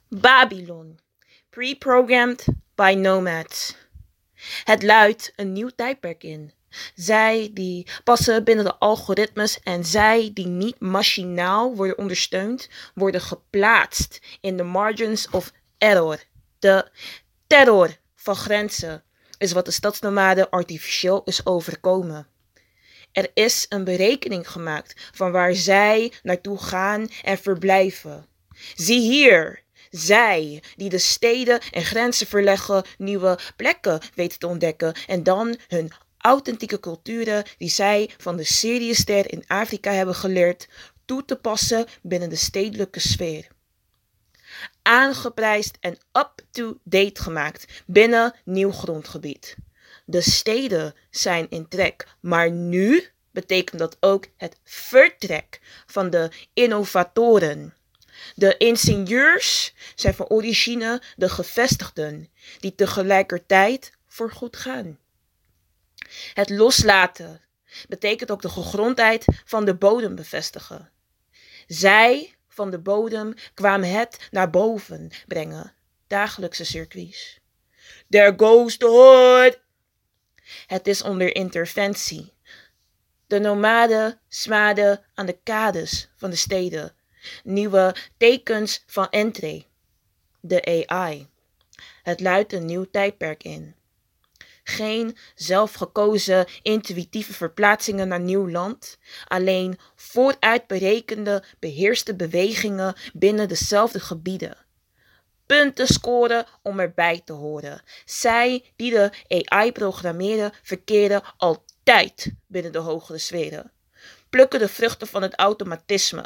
Babylon, pre-programmed by nomads. Het luidt een nieuw tijdperk in. Zij die passen binnen de algoritmes en zij die niet machinaal worden ondersteund, worden geplaatst in de margins of error. De terror van grenzen is wat de stadsnomaden artificieel is overkomen. Er is een berekening gemaakt van waar zij naartoe gaan en verblijven. Zie hier, zij die de steden en grenzen verleggen, nieuwe plekken weten te ontdekken en dan hun authentieke culturen die zij van de Syriëster in Afrika hebben geleerd toe te passen binnen de stedelijke sfeer. Aangeprijsd en up-to-date gemaakt binnen nieuw grondgebied. De steden zijn in trek, maar nu betekent dat ook het vertrek van de innovatoren. De ingenieurs zijn van origine de gevestigden, die tegelijkertijd voorgoed gaan. Het loslaten betekent ook de gegrondheid van de bodem bevestigen. Zij van de bodem kwamen het naar boven brengen, dagelijkse circuits. There goes the hood! Het is onder interventie. De nomaden smaden aan de kades van de steden. Nieuwe tekens van entree. De AI. Het luidt een nieuw tijdperk in. Geen zelfgekozen intuïtieve verplaatsingen naar nieuw land. Alleen vooruitberekende beheerste bewegingen binnen dezelfde gebieden. Punten scoren om erbij te horen. Zij die de AI programmeren verkeren altijd binnen de hogere sferen. Plukken de vruchten van het automatisme.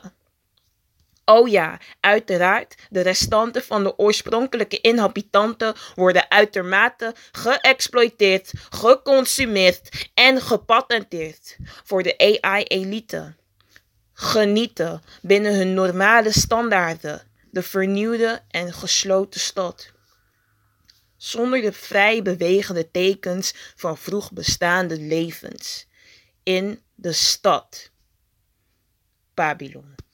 Oh ja, uiteraard, de restanten van de oorspronkelijke inhabitanten worden uitermate geëxploiteerd, geconsumeerd en gepatenteerd voor de AI-elite. Genieten binnen hun normale standaarden. De vernieuwde en gesloten stad. Zonder de vrij bewegende tekens van vroeg bestaande levens. In de stad. Babylon.